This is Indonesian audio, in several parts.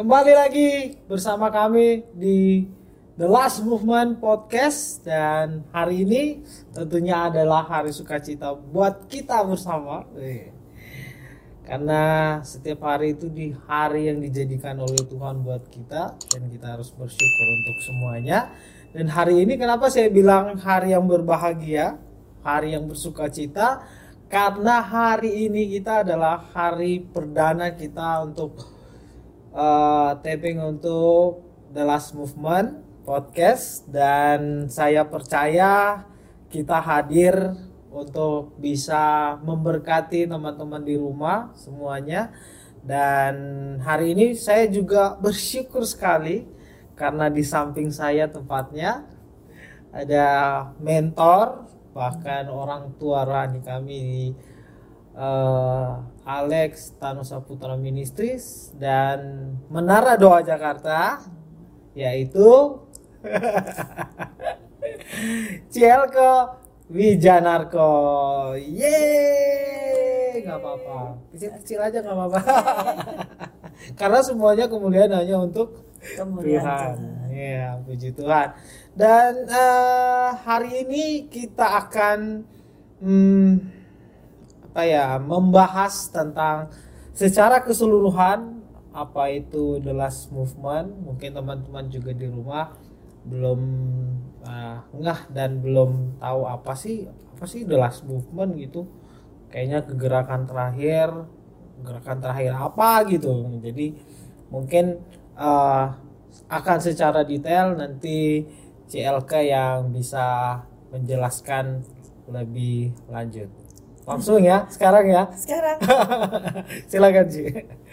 Kembali lagi bersama kami di The Last Movement Podcast. Dan hari ini tentunya adalah hari sukacita buat kita bersama. Karena setiap hari itu di hari yang dijadikan oleh Tuhan buat kita, dan kita harus bersyukur untuk semuanya. Dan hari ini kenapa saya bilang hari yang berbahagia, hari yang bersukacita? Karena hari ini kita adalah hari perdana kita untuk taping untuk The Last Movement Podcast. Dan saya percaya kita hadir untuk bisa memberkati teman-teman di rumah semuanya. Dan hari ini saya juga bersyukur sekali karena di samping saya tepatnya ada mentor, bahkan orang tua rohani kami di Alex Tanusa Putra Ministries dan Menara Doa Jakarta, yaitu Cielko Wijanarko. Yeay, nggak apa-apa, kecil-kecil aja nggak apa-apa. Karena semuanya kemuliaan hanya untuk Tuhan. Ya, puji Tuhan. Dan hari ini kita akan membahas tentang secara keseluruhan apa itu The Last Movement. Mungkin teman-teman juga di rumah belum ngeh dan belum tahu apa sih The Last Movement gitu. Kayaknya gerakan terakhir apa gitu. Jadi mungkin akan secara detail nanti CLK yang bisa menjelaskan lebih lanjut. Langsung ya, sekarang. Silakan Ci.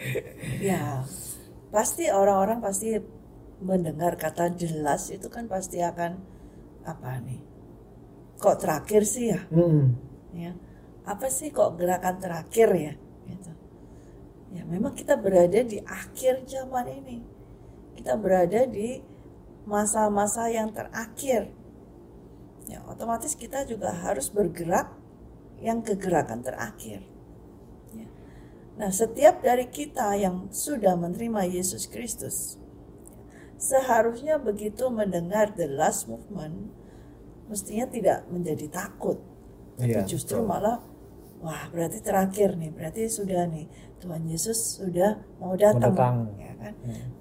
Ya, pasti orang-orang pasti mendengar kata jelas itu kan pasti akan apa nih? Kok terakhir sih ya? Ya, apa sih kok gerakan terakhir ya? Gitu. Ya, memang kita berada di akhir zaman ini. Kita berada di masa-masa yang terakhir. Ya, otomatis kita juga harus bergerak yang kegerakan terakhir. Ya. Nah, setiap dari kita yang sudah menerima Yesus Kristus, seharusnya begitu mendengar The Last Movement, mestinya tidak menjadi takut, tapi justru malah, wah berarti terakhir nih, berarti sudah nih, Tuhan Yesus sudah mau datang. Ya kan?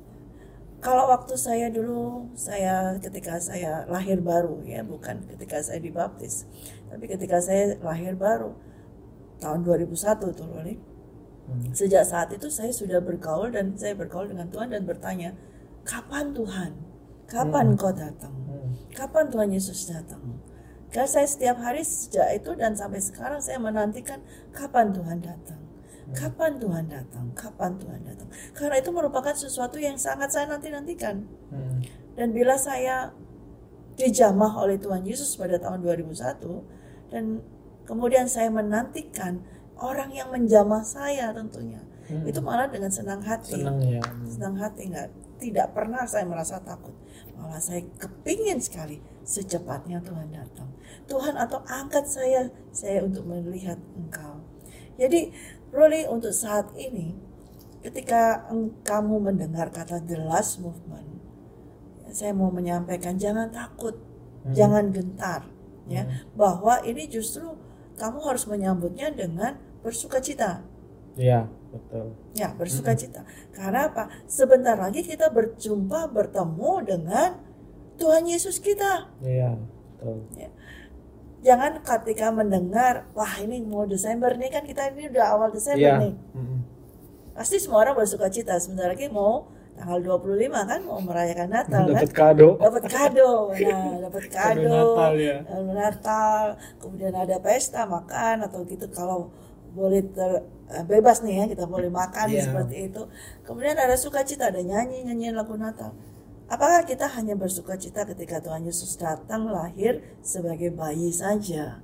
Kalau waktu saya dulu, ketika saya lahir baru, ya bukan ketika saya dibaptis, tapi ketika saya lahir baru tahun 2001 tuh Loli. Sejak saat itu saya sudah bergaul dengan Tuhan dan bertanya, kapan Tuhan? Kapan Kau datang? Kapan Tuhan Yesus datang? Karena saya setiap hari sejak itu dan sampai sekarang saya menantikan kapan Tuhan datang. Kapan Tuhan datang? Kapan Tuhan datang? Karena itu merupakan sesuatu yang sangat saya nantikan. Dan bila saya dijamah oleh Tuhan Yesus pada tahun 2001 dan kemudian saya menantikan orang yang menjamah saya tentunya, itu malah dengan senang hati. Senang hati, tidak pernah saya merasa takut. Malah saya kepingin sekali secepatnya Tuhan datang. Tuhan, atau angkat saya untuk melihat Engkau. Jadi Roli, untuk saat ini ketika kamu mendengar kata The Last Movement, saya mau menyampaikan jangan takut, jangan gentar, ya, bahwa ini justru kamu harus menyambutnya dengan bersukacita. Iya, betul. Ya, bersukacita. Karena apa? Sebentar lagi kita bertemu dengan Tuhan Yesus kita. Iya, betul. Ya. Jangan ketika mendengar, wah ini mau Desember nih, kan kita ini udah awal Desember nih. Pasti semua orang bersukacita. Sebentar lagi mau tanggal 25 kan, mau merayakan Natal. Dapat kado. Nah, dapat kado. Natal, ya. Natal, kemudian ada pesta makan atau gitu, kalau boleh bebas nih ya, kita boleh makan seperti itu. Kemudian ada sukacita, ada nyanyian lagu Natal. Apakah kita hanya bersukacita ketika Tuhan Yesus datang lahir sebagai bayi saja?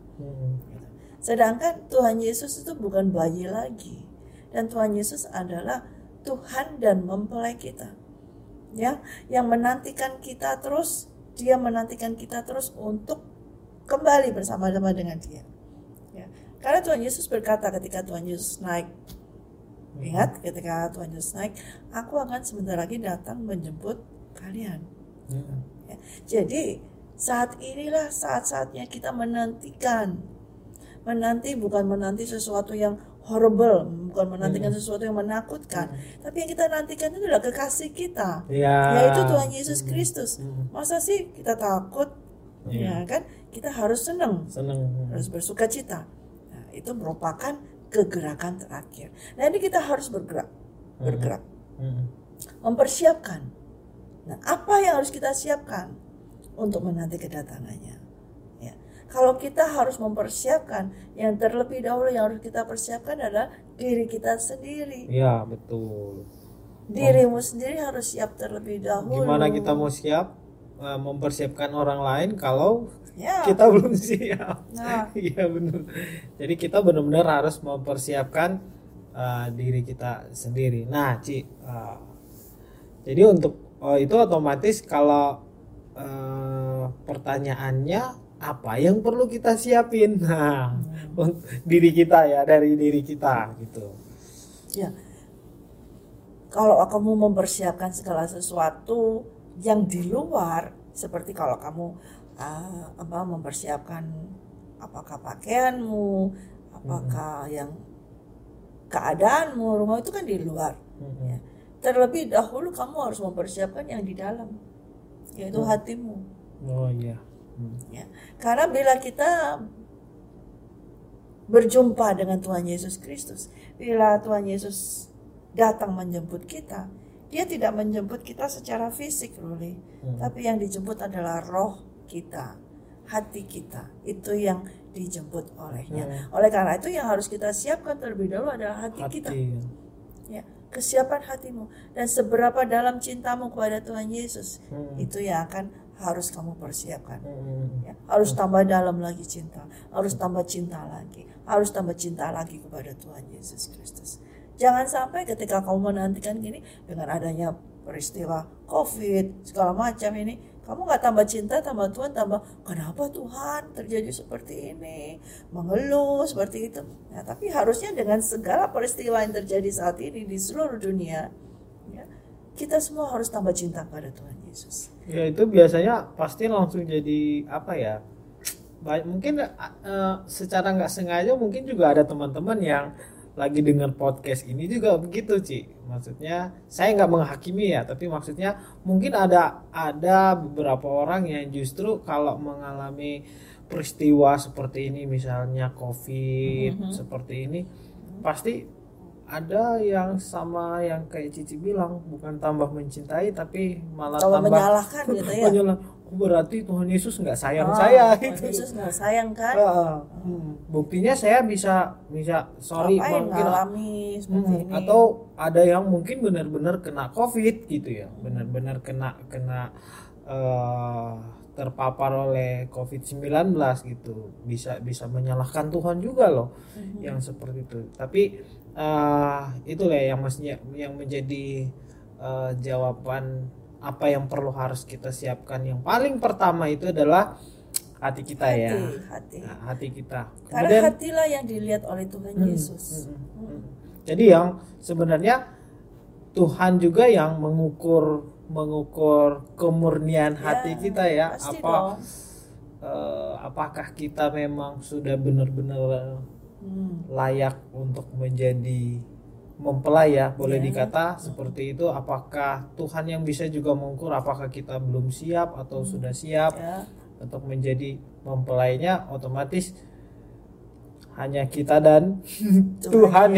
Sedangkan Tuhan Yesus itu bukan bayi lagi. Dan Tuhan Yesus adalah Tuhan dan mempelai kita. Ya, yang menantikan kita terus, Dia menantikan kita terus untuk kembali bersama-sama dengan Dia. Ya. Karena Tuhan Yesus berkata ketika Tuhan Yesus naik Ingat ketika Tuhan Yesus naik, aku akan sebentar lagi datang menjemput kalian. Ya. Jadi saat inilah saat-saatnya kita menantikan. Menanti bukan menanti sesuatu yang horrible, bukan menantikan sesuatu yang menakutkan, tapi yang kita nantikan itu adalah kekasih kita, yaitu Tuhan Yesus Kristus. Masa sih kita takut? Ya kan? Kita harus senang, harus bersuka cita. Nah, itu merupakan kegerakan terakhir. Nah, ini kita harus bergerak, mempersiapkan. Nah, apa yang harus kita siapkan untuk menanti kedatangannya? Ya. Kalau kita harus mempersiapkan, yang terlebih dahulu yang harus kita persiapkan adalah diri kita sendiri. Ya, betul. Dirimu sendiri harus siap terlebih dahulu. Gimana kita mau siap mempersiapkan orang lain kalau kita belum siap? Iya benar. Jadi kita benar-benar harus mempersiapkan diri kita sendiri. Nah, Ci, jadi untuk itu otomatis kalau pertanyaannya apa yang perlu kita siapin? Nah, diri kita ya, dari diri kita gitu. Ya. Kalau kamu mempersiapkan segala sesuatu yang di luar, seperti kalau kamu mempersiapkan apakah pakaianmu, apakah yang keadaanmu, rumah itu kan di luar. Ya. Terlebih dahulu kamu harus mempersiapkan yang di dalam, yaitu hatimu. Oh iya. Ya. Karena bila kita berjumpa dengan Tuhan Yesus Kristus, bila Tuhan Yesus datang menjemput kita, Dia tidak menjemput kita secara fisik, Ruli, tapi yang dijemput adalah roh kita, hati kita. Itu yang dijemput olehnya. Oleh karena itu yang harus kita siapkan terlebih dahulu adalah hati kita. Ya, kesiapan hatimu dan seberapa dalam cintamu kepada Tuhan Yesus, itu yang akan harus kamu persiapkan. Ya, harus tambah dalam lagi cinta, harus tambah cinta lagi, harus tambah cinta lagi kepada Tuhan Yesus Kristus. Jangan sampai ketika kamu menantikan gini, dengan adanya peristiwa COVID segala macam ini, kamu gak tambah cinta tambah Tuhan, tambah kenapa Tuhan terjadi seperti ini, mengeluh seperti itu. Nah, tapi harusnya dengan segala peristiwa yang terjadi saat ini di seluruh dunia, ya, kita semua harus tambah cinta pada Tuhan Yesus. Ya itu biasanya pasti langsung jadi apa ya? Mungkin secara nggak sengaja mungkin juga ada teman-teman yang lagi dengar podcast ini juga begitu, Ci. Maksudnya saya nggak menghakimi ya, tapi maksudnya mungkin ada beberapa orang yang justru kalau mengalami peristiwa seperti ini, misalnya COVID seperti ini, pasti ada yang sama yang kayak Cici bilang, bukan tambah mencintai tapi malah tambah menyalahkan gitu ya. Berarti Tuhan Yesus nggak sayang saya. Tuhan Yesus nggak sayang kan? Buktinya saya bisa sorry mungkin alami seperti ini. Atau ada yang mungkin benar-benar kena COVID gitu ya, benar-benar kena terpapar oleh COVID-19 gitu, bisa menyalahkan Tuhan juga loh, yang seperti itu. Tapi itulah yang menjadi jawaban apa yang perlu harus kita siapkan. Yang paling pertama itu adalah hati kita. Hati kita. Karena hatilah yang dilihat oleh Tuhan Yesus. Jadi yang sebenarnya Tuhan juga yang mengukur kemurnian hati kita ya. Apakah kita memang sudah benar-benar layak untuk menjadi mempelai ya, boleh dikata seperti itu. Apakah Tuhan yang bisa juga mengukur apakah kita belum siap atau sudah siap untuk menjadi mempelainya? Otomatis hanya kita dan Tuhan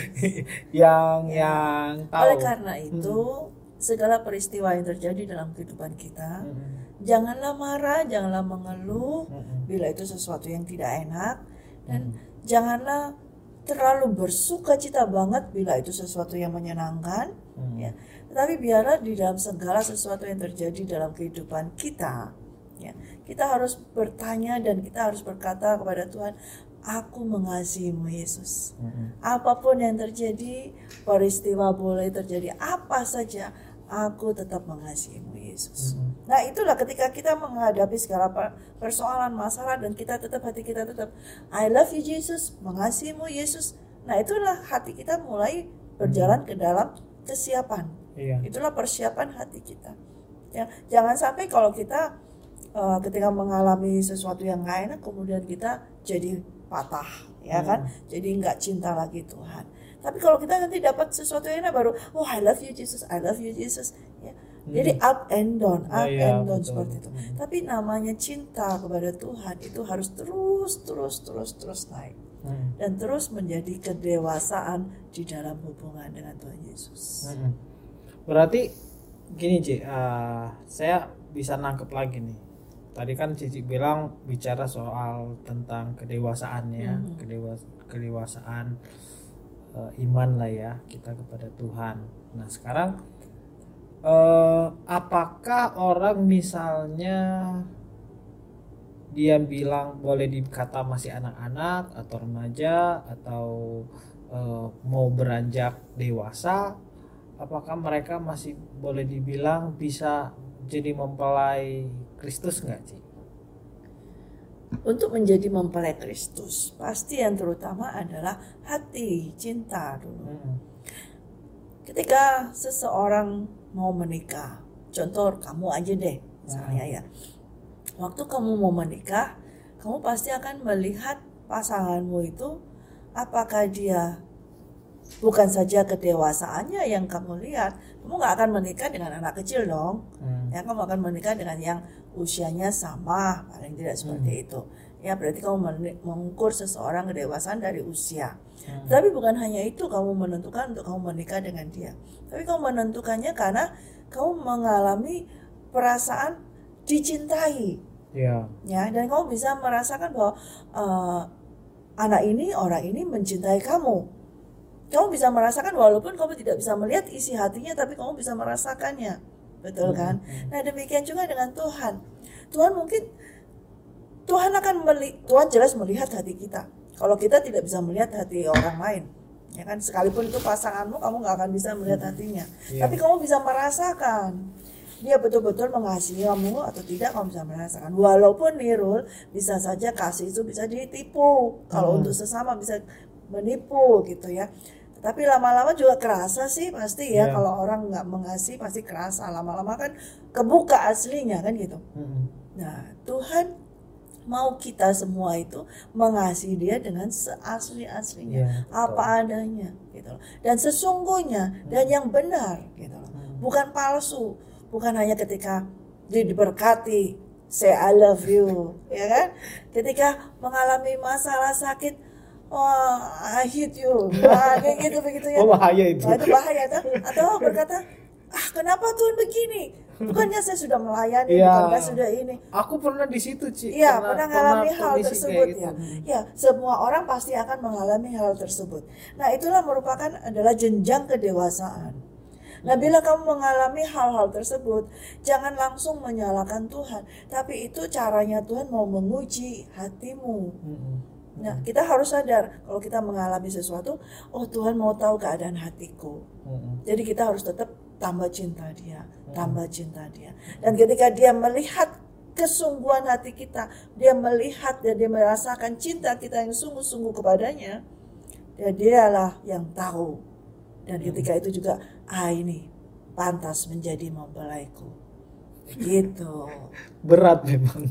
yang tahu. Oleh karena itu segala peristiwa yang terjadi dalam kehidupan kita, janganlah marah, janganlah mengeluh bila itu sesuatu yang tidak enak, dan janganlah terlalu bersuka cita banget bila itu sesuatu yang menyenangkan, ya. Tetapi biarlah di dalam segala sesuatu yang terjadi dalam kehidupan kita, ya, kita harus bertanya dan kita harus berkata kepada Tuhan, aku mengasihimu Yesus. Apapun yang terjadi, peristiwa boleh terjadi apa saja, aku tetap mengasihimu Yesus. Nah itulah ketika kita menghadapi segala persoalan, masalah, dan kita tetap, hati kita tetap I love you Jesus, mengasihimu Yesus. Nah itulah hati kita mulai berjalan ke dalam kesiapan. Itulah persiapan hati kita. Ya, jangan sampai kalau kita ketika mengalami sesuatu yang nggak enak kemudian kita jadi patah, ya kan? Jadi nggak cinta lagi Tuhan. Tapi kalau kita nanti dapat sesuatu yang enak baru, oh I love you Jesus, I love you Jesus. Ya. Jadi up and down betul. Seperti itu. Tapi namanya cinta kepada Tuhan itu harus terus naik. Dan terus menjadi kedewasaan di dalam hubungan dengan Tuhan Yesus. Berarti gini Ci, saya bisa nangkep lagi nih. Tadi kan Cici bilang bicara soal tentang kedewasaannya, kedewasaan iman lah ya kita kepada Tuhan. Nah sekarang apakah orang misalnya dia bilang boleh dikata masih anak-anak atau remaja atau mau beranjak dewasa, apakah mereka masih boleh dibilang bisa jadi mempelai Kristus nggak sih? Untuk menjadi mempelai Kristus, pasti yang terutama adalah hati, cinta dulu. Ketika seseorang mau menikah, contoh kamu aja deh, misalnya ya. Waktu kamu mau menikah, kamu pasti akan melihat pasanganmu itu apakah dia bukan saja kedewasaannya yang kamu lihat, kamu nggak akan menikah dengan anak kecil dong. Ya, kamu akan menikah dengan yang usianya sama, paling tidak seperti itu. Ya, berarti kamu mengukur seseorang kedewasaan dari usia. Tapi bukan hanya itu kamu menentukan untuk kamu menikah dengan dia. Tapi kamu menentukannya karena kamu mengalami perasaan dicintai. Ya, dan kamu bisa merasakan bahwa anak ini, orang ini mencintai kamu. Kamu bisa merasakan walaupun kamu tidak bisa melihat isi hatinya, tapi kamu bisa merasakannya. Betul kan? Nah demikian juga dengan Tuhan. Tuhan jelas melihat hati kita. Kalau kita tidak bisa melihat hati orang lain, ya kan, sekalipun itu pasanganmu, kamu nggak akan bisa melihat hatinya. Tapi kamu bisa merasakan dia betul-betul mengasihi kamu atau tidak, kamu bisa merasakan. Walaupun Nirul bisa saja kasih itu bisa ditipu. Kalau untuk sesama bisa menipu gitu ya. Tapi lama-lama juga kerasa sih pasti ya. Kalau orang nggak mengasihi pasti kerasa. Lama-lama kan kebuka aslinya kan gitu. Nah Tuhan mau kita semua itu mengasihi dia dengan seasli-aslinya, apa adanya gitu. Dan sesungguhnya dan yang benar gitu. Bukan palsu. Bukan hanya ketika diberkati say I love you, ya kan? Ketika mengalami masalah sakit, oh I hate you, kayak gitu begitu ya. Bahaya itu. Itu bahaya kan? Atau berkata, kenapa Tuhan begini? Bukannya saya sudah melayani, bukannya sudah ini. Aku pernah di situ Ci. Iya, pernah mengalami hal tersebut ya. Ya, semua orang pasti akan mengalami hal tersebut. Nah, itulah merupakan adalah jenjang kedewasaan. Nah, bila kamu mengalami hal-hal tersebut, jangan langsung menyalahkan Tuhan, tapi itu caranya Tuhan mau menguji hatimu. Nah, kita harus sadar kalau kita mengalami sesuatu, oh Tuhan mau tahu keadaan hatiku. Jadi kita harus tetap tambah cinta dia, tambah cinta dia. Dan ketika dia melihat kesungguhan hati kita, dia melihat dan dia merasakan cinta kita yang sungguh-sungguh kepadanya, dialah yang tahu. Dan ketika itu juga, ini pantas menjadi mempelaiku. Gitu. Berat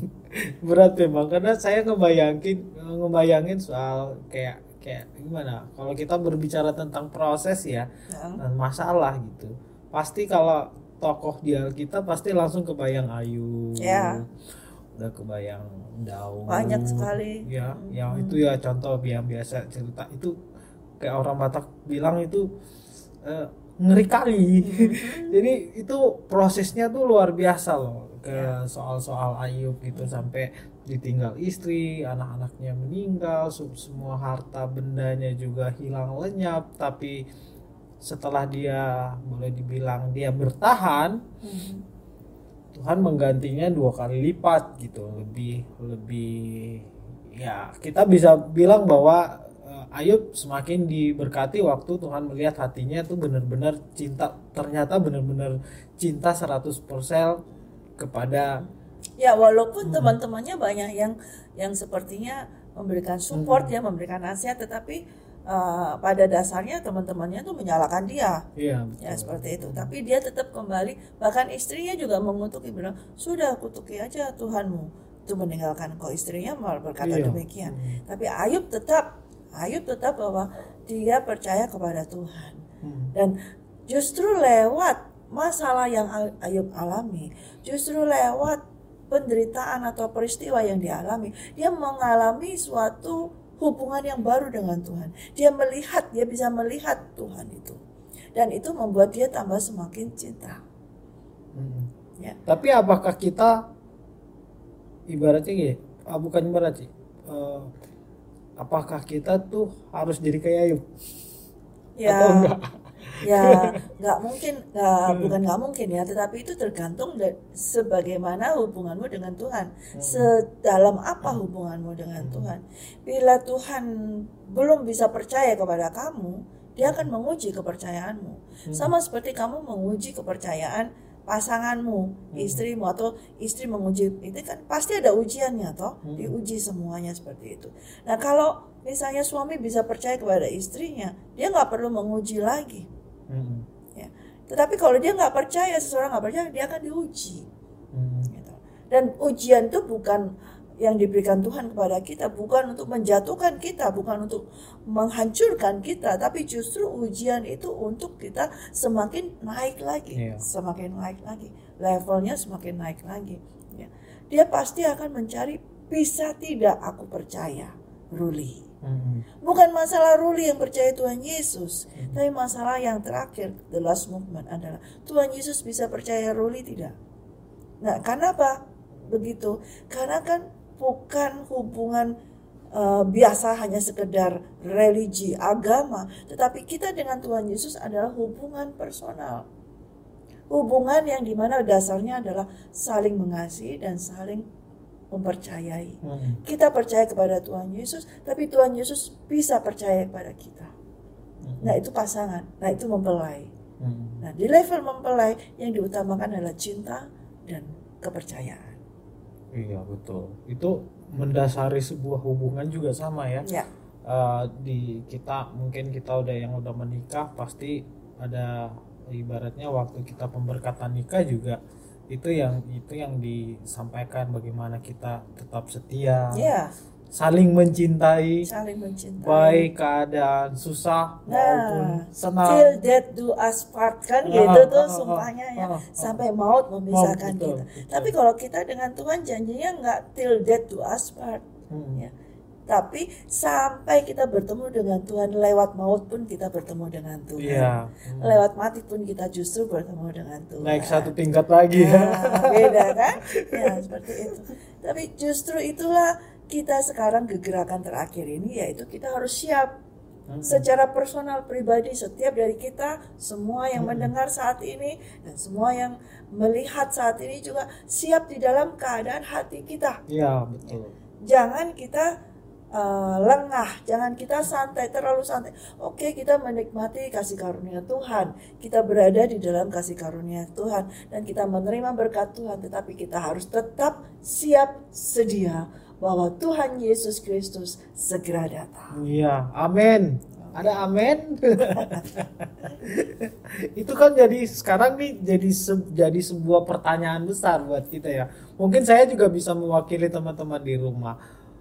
memang karena saya ngebayangin soal kayak gimana kalau kita berbicara tentang proses ya dan masalah gitu. Pasti kalau tokoh di Alkitab pasti langsung kebayang Ayub. Udah kebayang Daud. Banyak sekali. Ya, yang itu ya contoh yang biasa cerita itu kayak orang Batak bilang itu ngeri kali. Jadi itu prosesnya tuh luar biasa loh ke soal-soal Ayub gitu, sampai ditinggal istri, anak-anaknya meninggal, semua harta bendanya juga hilang lenyap, tapi setelah dia boleh dibilang dia bertahan, Tuhan menggantinya 2 kali lipat gitu, lebih ya kita bisa bilang bahwa Ayub semakin diberkati waktu Tuhan melihat hatinya tuh benar-benar cinta, ternyata benar-benar cinta 100% kepada ya, walaupun teman-temannya banyak yang sepertinya memberikan support ya, memberikan nasihat, tetapi pada dasarnya teman-temannya tuh menyalahkan dia. Iya, Ya seperti itu. Tapi dia tetap kembali, bahkan istrinya juga mengutuki, bilang, sudah kutuki aja Tuhanmu, itu meninggalkan kau. Istrinya malah berkata demikian. Tapi Ayub tetap bahwa dia percaya kepada Tuhan. Dan justru lewat masalah yang Ayub alami, justru lewat penderitaan atau peristiwa yang dialami, dia mengalami suatu hubungan yang baru dengan Tuhan. Dia bisa melihat Tuhan itu. Dan itu membuat dia tambah semakin cinta. Ya. Tapi apakah kita ibaratnya bukan ibarat sih. Apakah kita tuh harus jadi kayak Ayub? Ya. Atau enggak? Ya, bukan nggak mungkin ya, tetapi itu tergantung sebagaimana hubunganmu dengan Tuhan, sedalam apa hubunganmu dengan Tuhan. Bila Tuhan belum bisa percaya kepada kamu, dia akan menguji kepercayaanmu. Sama seperti kamu menguji kepercayaan pasanganmu, istrimu, atau istri menguji, itu kan pasti ada ujiannya toh, diuji semuanya seperti itu. Nah, kalau misalnya suami bisa percaya kepada istrinya, dia nggak perlu menguji lagi. Ya. Tetapi kalau dia nggak percaya, seseorang nggak percaya, dia akan diuji. Gitu. Dan ujian itu bukan yang diberikan Tuhan kepada kita, bukan untuk menjatuhkan kita, bukan untuk menghancurkan kita, tapi justru ujian itu untuk kita semakin naik lagi, semakin naik lagi, levelnya semakin naik lagi. Ya. Dia pasti akan mencari, bisa tidak aku percaya Ruli. Bukan masalah Ruli yang percaya Tuhan Yesus, tapi masalah yang terakhir, the last movement adalah Tuhan Yesus bisa percaya Ruli tidak. Nah, kenapa begitu? Karena kan bukan hubungan biasa hanya sekedar religi, agama, tetapi kita dengan Tuhan Yesus adalah hubungan personal. Hubungan yang dimana dasarnya adalah saling mengasihi dan saling mempercayai. Kita percaya kepada Tuhan Yesus, tapi Tuhan Yesus bisa percaya kepada kita. Nah, itu pasangan. Nah, itu mempelai. Nah, di level mempelai yang diutamakan adalah cinta dan kepercayaan. Iya, betul. Itu mendasari sebuah hubungan juga sama ya. Ya. Di kita mungkin kita udah menikah, pasti ada ibaratnya waktu kita pemberkatan nikah juga itu yang disampaikan bagaimana kita tetap setia, saling mencintai, baik keadaan susah maupun senang. Till death do us part kan, gitu tuh sumpahnya ya, sampai maut memisahkan kita. Tapi kalau kita dengan Tuhan janjinya nggak till death do us part, ya. Tapi sampai kita bertemu dengan Tuhan, lewat maut pun kita bertemu dengan Tuhan. Lewat mati pun kita justru bertemu dengan Tuhan. Naik satu tingkat lagi. Beda kan? Ya, seperti itu. Tapi justru itulah kita sekarang kegerakan terakhir ini, yaitu kita harus siap. Secara personal pribadi, setiap dari kita, semua yang mendengar saat ini dan semua yang melihat saat ini juga siap di dalam keadaan hati kita. Iya, betul. Jangan kita lengah, jangan kita santai, terlalu santai. Oke, kita menikmati kasih karunia Tuhan, kita berada di dalam kasih karunia Tuhan, dan kita menerima berkat Tuhan, tetapi kita harus tetap siap sedia bahwa Tuhan Yesus Kristus segera datang. Iya, amin. Ada amin. Itu kan jadi sekarang nih jadi sebuah pertanyaan besar buat kita ya. Mungkin saya juga bisa mewakili teman-teman di rumah.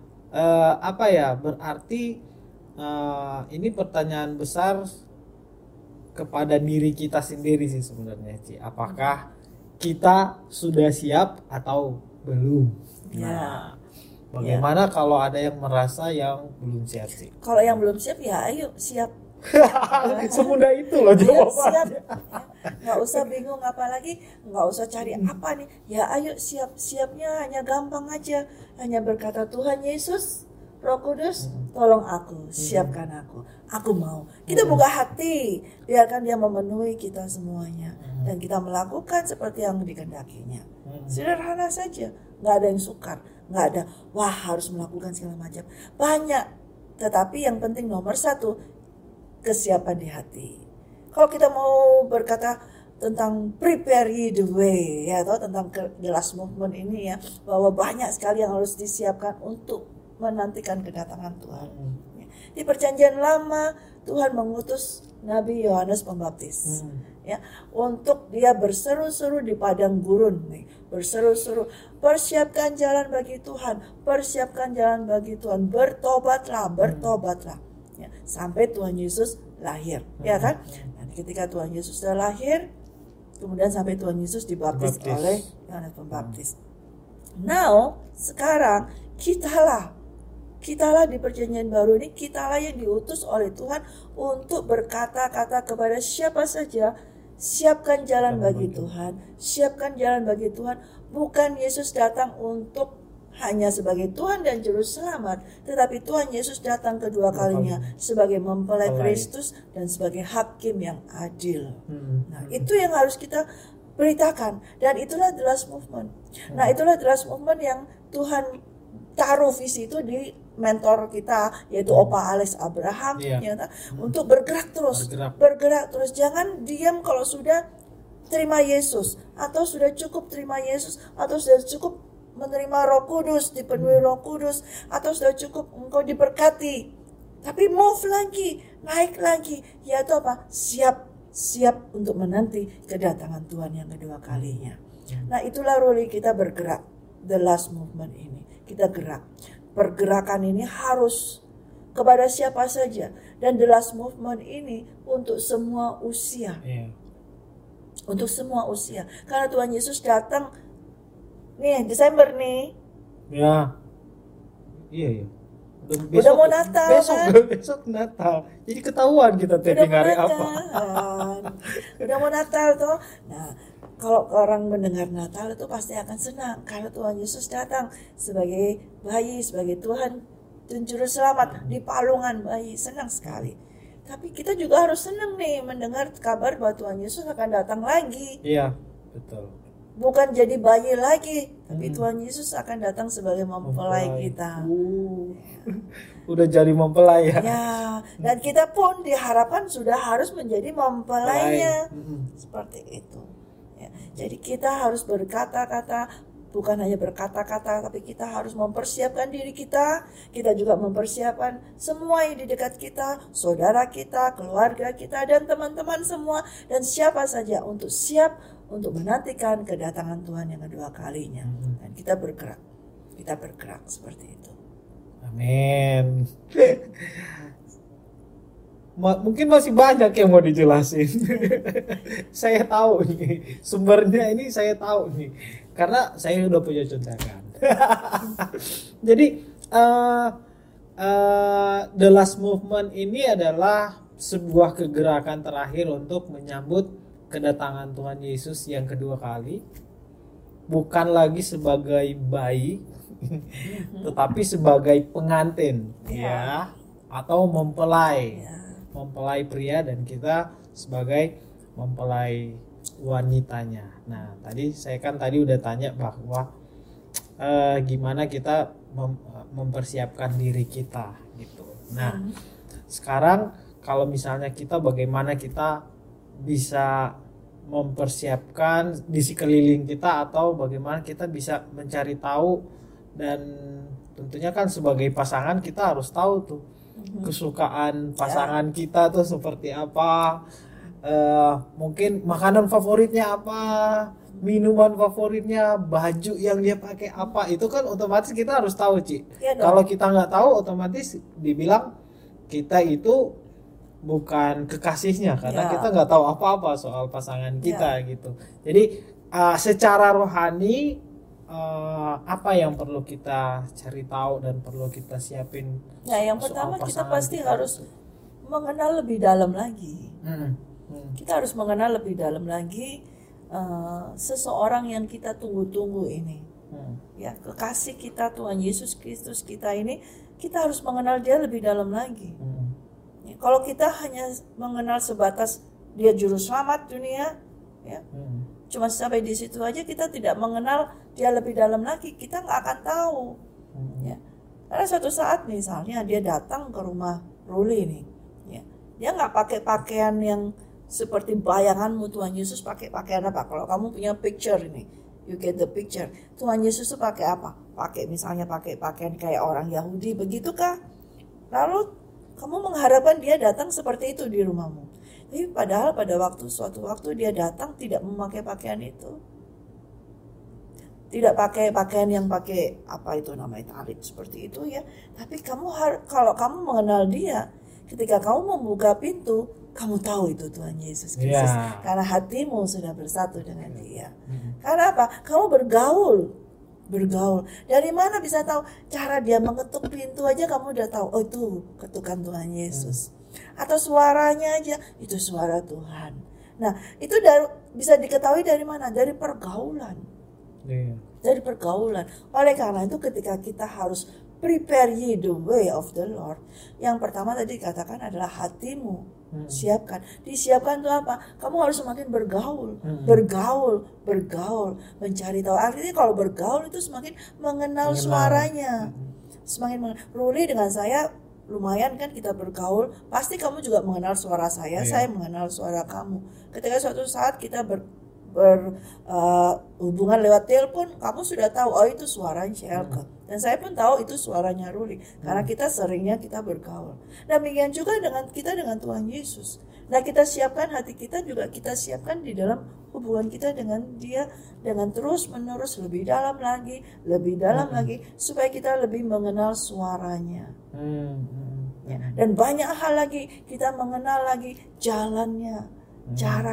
Berarti ini pertanyaan besar kepada diri kita sendiri sih sebenarnya, Ci. Apakah kita sudah siap atau belum? Nah, bagaimana kalau ada yang merasa yang belum siap sih? Kalau yang belum siap, ya ayo siap. Semudah itu loh jawabannya. Nggak usah bingung, apalagi nggak usah cari apa nih. Ya ayo siap. Siapnya hanya gampang aja, hanya berkata, Tuhan Yesus, Roh Kudus, tolong aku, siapkan aku mau. Kita buka hati, biarkan dia memenuhi kita semuanya, dan kita melakukan seperti yang dikehendakinya. Sederhana saja, nggak ada yang sukar, nggak ada wah harus melakukan segala macam. Banyak, tetapi yang penting nomor satu, kesiapan di hati. Kalau kita mau berkata tentang prepare ye the way, ya, atau tentang the last movement ini ya, bahwa banyak sekali yang harus disiapkan untuk menantikan kedatangan Tuhan. Di perjanjian lama Tuhan mengutus Nabi Yohanes Pembaptis. Ya, untuk dia berseru-seru di padang gurun nih, berseru-seru, persiapkan jalan bagi Tuhan, persiapkan jalan bagi Tuhan, bertobatlah, bertobatlah. Ya, sampai Tuhan Yesus lahir, ya kan? Dan ketika Tuhan Yesus sudah lahir, kemudian sampai Tuhan Yesus dibaptis oleh Yohanes Pembaptis. Now, sekarang kitalah di perjanjian baru ini, kitalah yang diutus oleh Tuhan untuk berkata-kata kepada siapa saja, siapkan jalan bagi Tuhan, siapkan jalan bagi Tuhan. Bukan Yesus datang untuk hanya sebagai Tuhan dan Juru Selamat, tetapi Tuhan Yesus datang kedua kalinya sebagai mempelai Kristus dan sebagai hakim yang adil. Nah, itu yang harus kita beritakan, dan itulah The Last Movement. Nah, itulah The Last Movement yang Tuhan taruh visi itu di mentor kita, yaitu Opa Alex Abraham, untuk bergerak terus, jangan diam kalau sudah terima Yesus, atau sudah cukup terima Yesus, atau sudah cukup menerima Roh Kudus, dipenuhi Roh Kudus, atau sudah cukup engkau diberkati, tapi move lagi, naik lagi, yaitu apa? Siap untuk menanti kedatangan Tuhan yang kedua kalinya. Nah, itulah role kita bergerak, The Last Movement ini. Kita gerak. Pergerakan ini harus kepada siapa saja, dan The Last Movement ini untuk semua usia. Untuk semua usia. Karena Tuhan Yesus datang nih Desember nih. Iya. Udah mau Natal kan? Besok Natal. Jadi ketahuan kita taping hari apa. Udah mau Natal tuh. Nah, kalau orang mendengar Natal itu pasti akan senang karena Tuhan Yesus datang sebagai bayi, sebagai Tuhan dan Juru Selamat di palungan bayi. Senang sekali. Tapi kita juga harus senang nih mendengar kabar bahwa Tuhan Yesus akan datang lagi. Iya, betul. Bukan jadi bayi lagi, tapi Tuhan Yesus akan datang sebagai mempelai kita. Udah jadi mempelai ya. Ya, dan kita pun diharapkan sudah harus menjadi mempelainya. Seperti itu. Ya, jadi kita harus berkata-kata, bukan hanya berkata-kata, tapi kita harus mempersiapkan diri kita. Kita juga mempersiapkan semua yang di dekat kita, saudara kita, keluarga kita, dan teman-teman semua, dan siapa saja untuk siap untuk menantikan kedatangan Tuhan yang kedua kalinya. Dan kita bergerak seperti itu. Amin. Mungkin masih banyak yang mau dijelasin. Saya tahu nih sumbernya, ini saya tahu nih karena saya udah punya contekan. Jadi The Last Movement ini adalah sebuah kegerakan terakhir untuk menyambut kedatangan Tuhan Yesus yang kedua kali, bukan lagi sebagai bayi, tetapi sebagai pengantin, ya, atau mempelai, mempelai pria, dan kita sebagai mempelai wanitanya. Nah, saya tadi udah tanya bahwa gimana kita mempersiapkan diri kita, gitu. Nah, sekarang kalau misalnya bagaimana kita bisa mempersiapkan di sekeliling kita, atau bagaimana kita bisa mencari tahu, dan tentunya kan sebagai pasangan kita harus tahu tuh kesukaan pasangan kita tuh seperti apa, mungkin makanan favoritnya apa, minuman favoritnya, baju yang dia pakai apa, itu kan otomatis kita harus tahu, Ci. Kalau kita nggak tahu, otomatis dibilang kita itu bukan kekasihnya, karena kita nggak tahu apa-apa soal pasangan kita, gitu. Jadi secara rohani apa yang perlu kita cari tahu dan perlu kita siapin? Yang pertama kita pasti harus mengenal lebih dalam lagi. Kita harus mengenal lebih dalam lagi seseorang yang kita tunggu-tunggu ini. Ya, kekasih kita, Tuhan Yesus Kristus kita ini, kita harus mengenal dia lebih dalam lagi. Kalau kita hanya mengenal sebatas dia juru selamat dunia, ya, cuma sampai di situ aja, kita tidak mengenal dia lebih dalam lagi, kita nggak akan tahu. Ya. Karena suatu saat misalnya dia datang ke rumah Ruli nih, ya, dia nggak pakai pakaian yang seperti bayanganmu. Tuhan Yesus pakai pakaian apa? Kalau kamu punya picture ini, you get the picture. Tuhan Yesus tuh pakai apa? Pakai pakaian kayak orang Yahudi, begitukah? Lalu Kamu mengharapkan dia datang seperti itu di rumahmu. Tapi padahal pada suatu waktu dia datang tidak memakai pakaian itu. Tidak pakai pakaian yang pakai apa itu namanya talit seperti itu ya. Tapi kalau kamu mengenal dia, ketika kamu membuka pintu, kamu tahu itu Tuhan Yesus Kristus. Karena hatimu sudah bersatu dengan dia. Karena apa? Kamu bergaul. Dari mana bisa tahu? Cara dia mengetuk pintu aja kamu udah tahu. Oh itu ketukan Tuhan Yesus. Atau suaranya aja itu suara Tuhan. Nah itu bisa diketahui dari mana? Dari pergaulan. Dari pergaulan. Oleh karena itu ketika kita harus prepare ye the way of the Lord, yang pertama tadi dikatakan adalah hatimu. Disiapkan itu apa? Kamu harus semakin bergaul, mencari tahu. Artinya kalau bergaul itu semakin mengenal suaranya. Ruli dengan saya lumayan kan kita bergaul, pasti kamu juga mengenal suara saya mengenal suara kamu. Ketika suatu saat kita hubungan lewat telepon, kamu sudah tahu oh itu suaranya Shelke. Dan saya pun tahu itu suaranya Ruli karena kita bergaul. Demikian juga dengan Tuhan Yesus. Nah, kita siapkan hati kita juga kita siapkan di dalam hubungan kita dengan Dia dengan terus-menerus lebih dalam lagi supaya kita lebih mengenal suaranya. Ya, dan banyak hal lagi kita mengenal lagi jalannya. Cara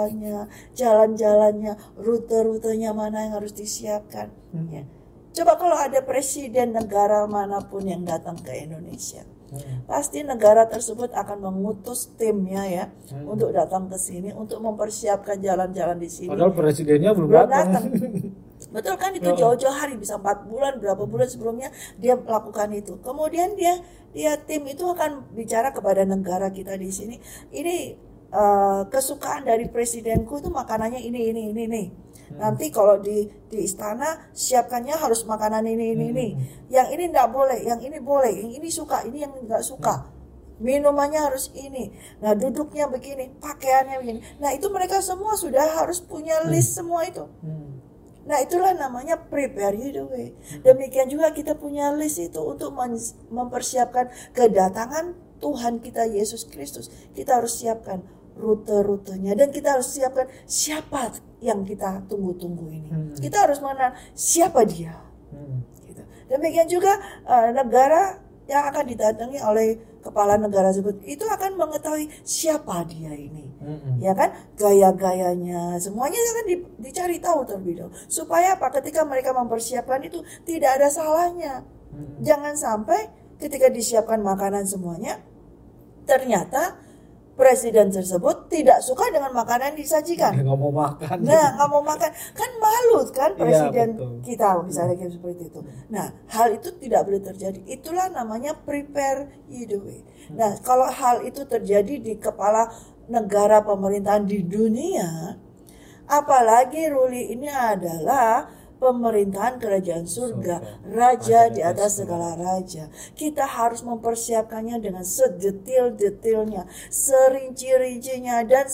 jalan-jalannya, rute-rutenya mana yang harus disiapkan. Ya. Coba kalau ada presiden negara manapun yang datang ke Indonesia, pasti negara tersebut akan mengutus timnya ya untuk datang ke sini untuk mempersiapkan jalan-jalan di sini. Padahal presidennya belum datang. Betul kan, itu jauh-jauh hari, bisa 4 bulan, berapa bulan sebelumnya dia melakukan itu. Kemudian dia tim itu akan bicara kepada negara kita di sini. Ini kesukaan dari presidenku itu makanannya ini. Nanti kalau di istana siapkannya harus makanan ini. Yang ini enggak boleh, yang ini boleh, yang ini suka, ini yang enggak suka. Minumannya harus ini. Nah, duduknya begini, pakaiannya begini. Nah, itu mereka semua sudah harus punya list semua itu. Nah, itulah namanya prepare you the way. Demikian juga kita punya list itu untuk mempersiapkan kedatangan Tuhan kita Yesus Kristus. Kita harus siapkan rute-rutenya dan kita harus siapkan siapa yang kita tunggu-tunggu ini. Kita harus mengenal siapa dia. Gitu. Demikian juga negara yang akan didatangi oleh kepala negara tersebut itu akan mengetahui siapa dia ini. Ya kan? Gaya-gayanya semuanya akan dicari tahu terlebih dahulu. Supaya apa? Ketika mereka mempersiapkan itu tidak ada salahnya. Jangan sampai ketika disiapkan makanan semuanya ternyata presiden tersebut tidak suka dengan makanan yang disajikan. Nggak mau makan. Nah, nggak mau makan. Kan malu kan presiden kita misalnya seperti itu. Nah, hal itu tidak boleh terjadi. Itulah namanya prepare you the way. Nah, kalau hal itu terjadi di kepala negara pemerintahan di dunia, apalagi Ruli ini adalah pemerintahan kerajaan surga, raja di atas segala raja. Kita harus mempersiapkannya dengan sedetil-detilnya, serinci-rincinya, dan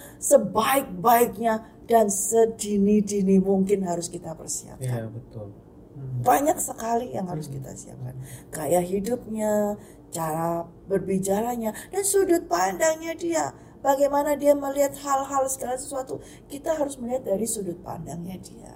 sebaik-baiknya, dan sedini-dini mungkin harus kita persiapkan. Iya, betul. Banyak sekali yang harus kita siapkan. Gaya hidupnya, cara berbicaranya, dan sudut pandangnya dia. Bagaimana dia melihat hal-hal segala sesuatu. Kita harus melihat dari sudut pandangnya dia.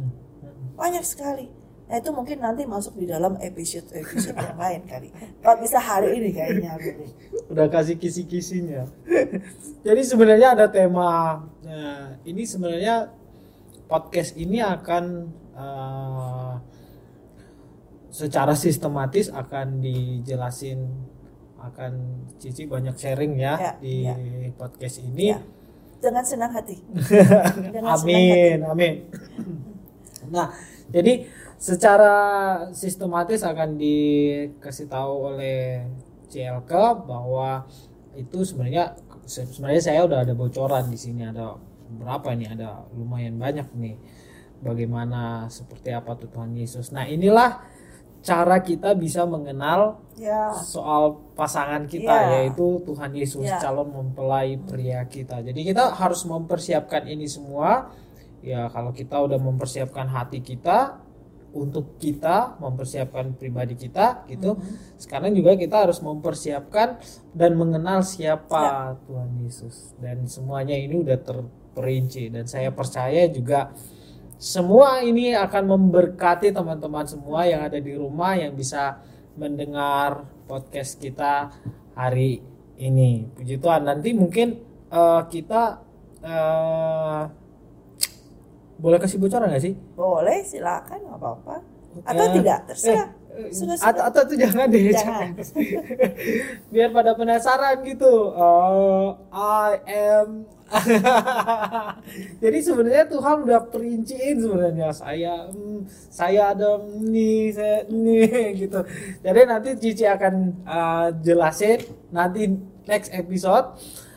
Banyak sekali. Nah, itu mungkin nanti masuk di dalam episode yang lain kali. Kalau bisa hari ini kayaknya. Udah kasih kisi-kisinya. Jadi sebenarnya ada tema. Ini sebenarnya podcast ini akan secara sistematis akan dijelasin, akan Cici banyak sharing di podcast ini. Ya. Dengan senang hati. Amin. Nah, jadi secara sistematis akan dikasih tahu oleh CLK bahwa itu sebenarnya saya udah ada bocoran di sini, ada berapa nih, ada lumayan banyak nih bagaimana seperti apa Tuhan Yesus. Nah, inilah cara kita bisa mengenal soal pasangan kita, yaitu Tuhan Yesus, calon mempelai pria kita. Jadi kita harus mempersiapkan ini semua. Ya, kalau kita udah mempersiapkan hati kita, untuk kita mempersiapkan pribadi kita gitu. Sekarang juga kita harus mempersiapkan dan mengenal siapa Tuhan Yesus, dan semuanya ini udah terperinci, dan saya percaya juga semua ini akan memberkati teman-teman semua yang ada di rumah yang bisa mendengar podcast kita hari ini. Puji Tuhan. Nanti mungkin kita boleh kasih bocoran nggak sih? Boleh, silakan, nggak apa-apa. Atau tidak, terserah. Atau tuh jangan deh, Jangan. Biar pada penasaran gitu. I am. Jadi sebenarnya Tuhan udah perinciin sebenarnya, saya ada ini gitu. Jadi nanti Cici akan jelasin nanti next episode.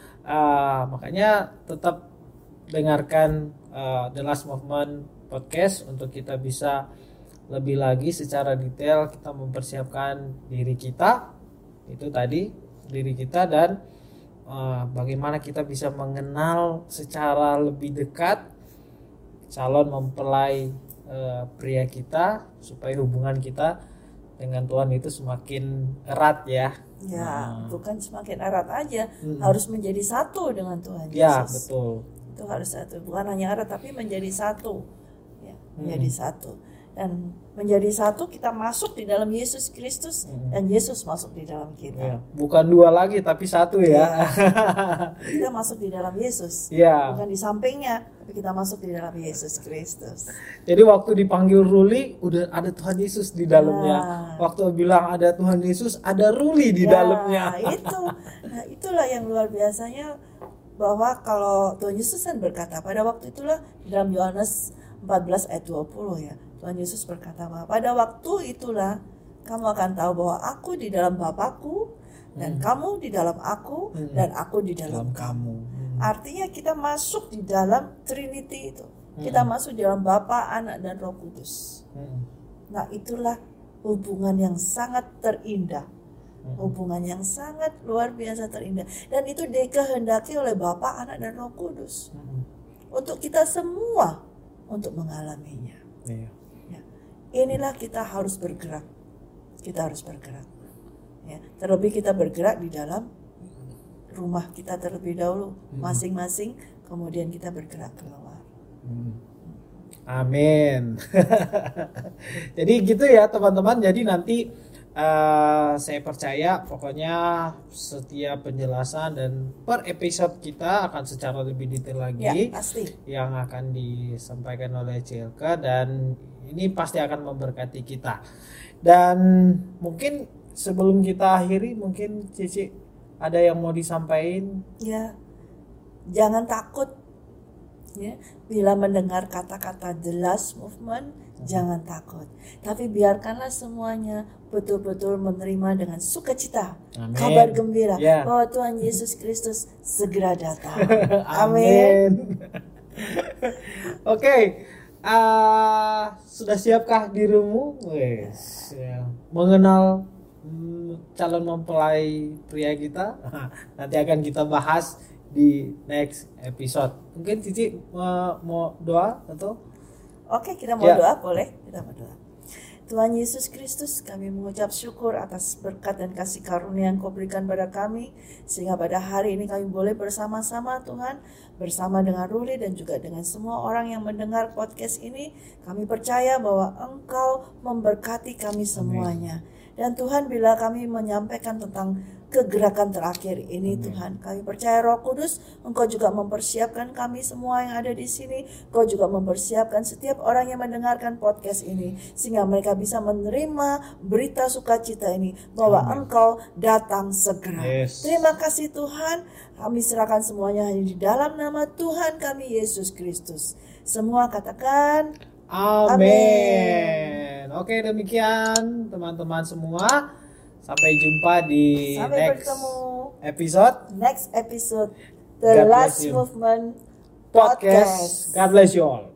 Makanya tetap dengarkan The Last Movement Podcast untuk kita bisa lebih lagi secara detail kita mempersiapkan diri kita, itu tadi diri kita, dan bagaimana kita bisa mengenal secara lebih dekat calon mempelai pria kita, supaya hubungan kita dengan Tuhan itu semakin erat ya. Ya, bukan semakin erat aja, harus menjadi satu dengan Tuhan Yesus. Ya, betul. Itu harus satu, bukan hanya erat tapi menjadi satu. Ya, menjadi satu. Dan menjadi satu kita masuk di dalam Yesus Kristus dan Yesus masuk di dalam kita. Ya, bukan dua lagi tapi satu ya. Kita masuk di dalam Yesus. Ya. Bukan di sampingnya, tapi kita masuk di dalam Yesus Kristus. Jadi waktu dipanggil Ruli udah ada Tuhan Yesus di dalamnya. Waktu bilang ada Tuhan Yesus, ada Ruli di dalamnya. Nah, itulah yang luar biasanya, bahwa kalau Tuhan Yesus kan berkata pada waktu itulah, dalam Yohanes 14 ayat 20 ya, Tuhan Yesus berkata bahwa pada waktu itulah kamu akan tahu bahwa aku di dalam Bapakku dan kamu di dalam aku dan aku di dalam kamu. Artinya kita masuk di dalam Trinity itu. Kita masuk di dalam Bapa, Anak dan Roh Kudus. Nah, itulah hubungan yang sangat terindah. Hubungan yang sangat luar biasa terindah, dan itu dikehendaki oleh Bapa, Anak dan Roh Kudus untuk kita semua untuk mengalaminya. Ya. Inilah kita harus bergerak. Kita harus bergerak. Ya. Terlebih kita bergerak di dalam rumah kita terlebih dahulu, masing-masing, kemudian kita bergerak keluar. Amin. Jadi gitu ya teman-teman. Jadi nanti saya percaya pokoknya setiap penjelasan dan per episode kita akan secara lebih detail lagi pasti. Yang akan disampaikan oleh CLK, dan ini pasti akan memberkati kita. Dan mungkin sebelum kita akhiri, mungkin Cici ada yang mau disampaikan? Ya, jangan takut ya, bila mendengar kata-kata The Last Movement, jangan takut, tapi biarkanlah semuanya betul-betul menerima dengan sukacita. Amin. Kabar gembira bahwa Tuhan Yesus Kristus segera datang. Amin. Oke, sudah siapkah dirimu mengenal calon mempelai pria kita? Nanti akan kita bahas di next episode. Mungkin Cici mau doa atau? Oke, kita mau doa, boleh? Kita mau doa. Tuhan Yesus Kristus, kami mengucap syukur atas berkat dan kasih karunia yang Kau berikan pada kami, sehingga pada hari ini kami boleh bersama-sama Tuhan, bersama dengan Ruli dan juga dengan semua orang yang mendengar podcast ini. Kami percaya bahwa Engkau memberkati kami semuanya. Dan Tuhan, bila kami menyampaikan tentang kegerakan terakhir ini, Tuhan, kami percaya Roh Kudus, Engkau juga mempersiapkan kami semua yang ada di sini. Engkau juga mempersiapkan setiap orang yang mendengarkan podcast ini, sehingga mereka bisa menerima berita sukacita ini, bahwa Engkau datang segera. Terima kasih Tuhan, kami serahkan semuanya hanya di dalam nama Tuhan kami Yesus Kristus. Semua katakan Amin. Oke, demikian teman-teman semua. Sampai jumpa di next episode The Last Movement Podcast. God bless you all.